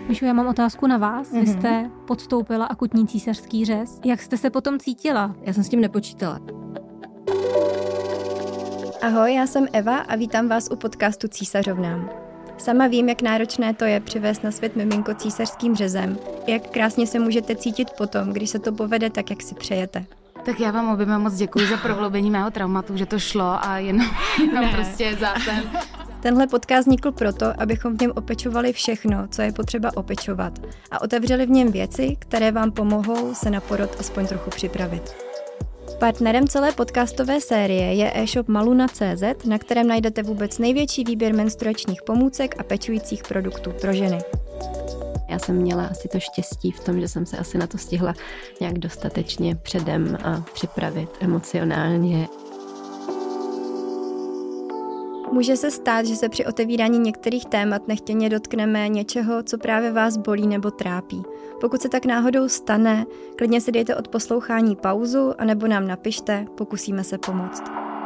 Míšo, já mám otázku na vás. Vy jste podstoupila akutní císařský řez. Jak jste se potom cítila? Já jsem s tím nepočítala. Ahoj, já jsem Eva a vítám vás u podcastu Císařovnám. Sama vím, jak náročné to je přivést na svět miminko císařským řezem. Jak krásně se můžete cítit potom, když se to povede tak, jak si přejete. Tak já vám oběma moc děkuji za prohloubení mého traumatu, že to šlo a jenom prostě zásem. Tenhle podcast vznikl proto, abychom v něm opečovali všechno, co je potřeba opečovat a otevřeli v něm věci, které vám pomohou se na porod aspoň trochu připravit. Partnerem celé podcastové série je e-shop Maluna.cz, na kterém najdete vůbec největší výběr menstruačních pomůcek a pečujících produktů pro ženy. Já jsem měla asi to štěstí v tom, že jsem se asi na to stihla nějak dostatečně předem a připravit emocionálně. Může se stát, že se při otevírání některých témat nechtěně dotkneme něčeho, co právě vás bolí nebo trápí. Pokud se tak náhodou stane, klidně si dejte od poslouchání pauzu anebo nám napište, pokusíme se pomoct.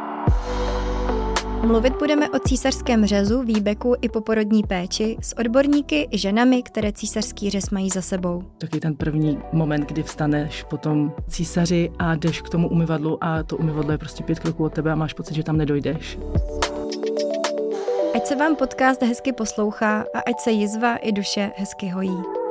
Mluvit budeme o císařském řezu, výbeku i poporodní péči s odborníky i ženami, které císařský řez mají za sebou. Taky ten první moment, kdy vstaneš po tom císaři a jdeš k tomu umyvadlu a to umyvadlo je prostě 5 kroků od tebe a máš pocit, že tam nedojdeš. Ať se vám podcast hezky poslouchá a ať se jizva i duše hezky hojí.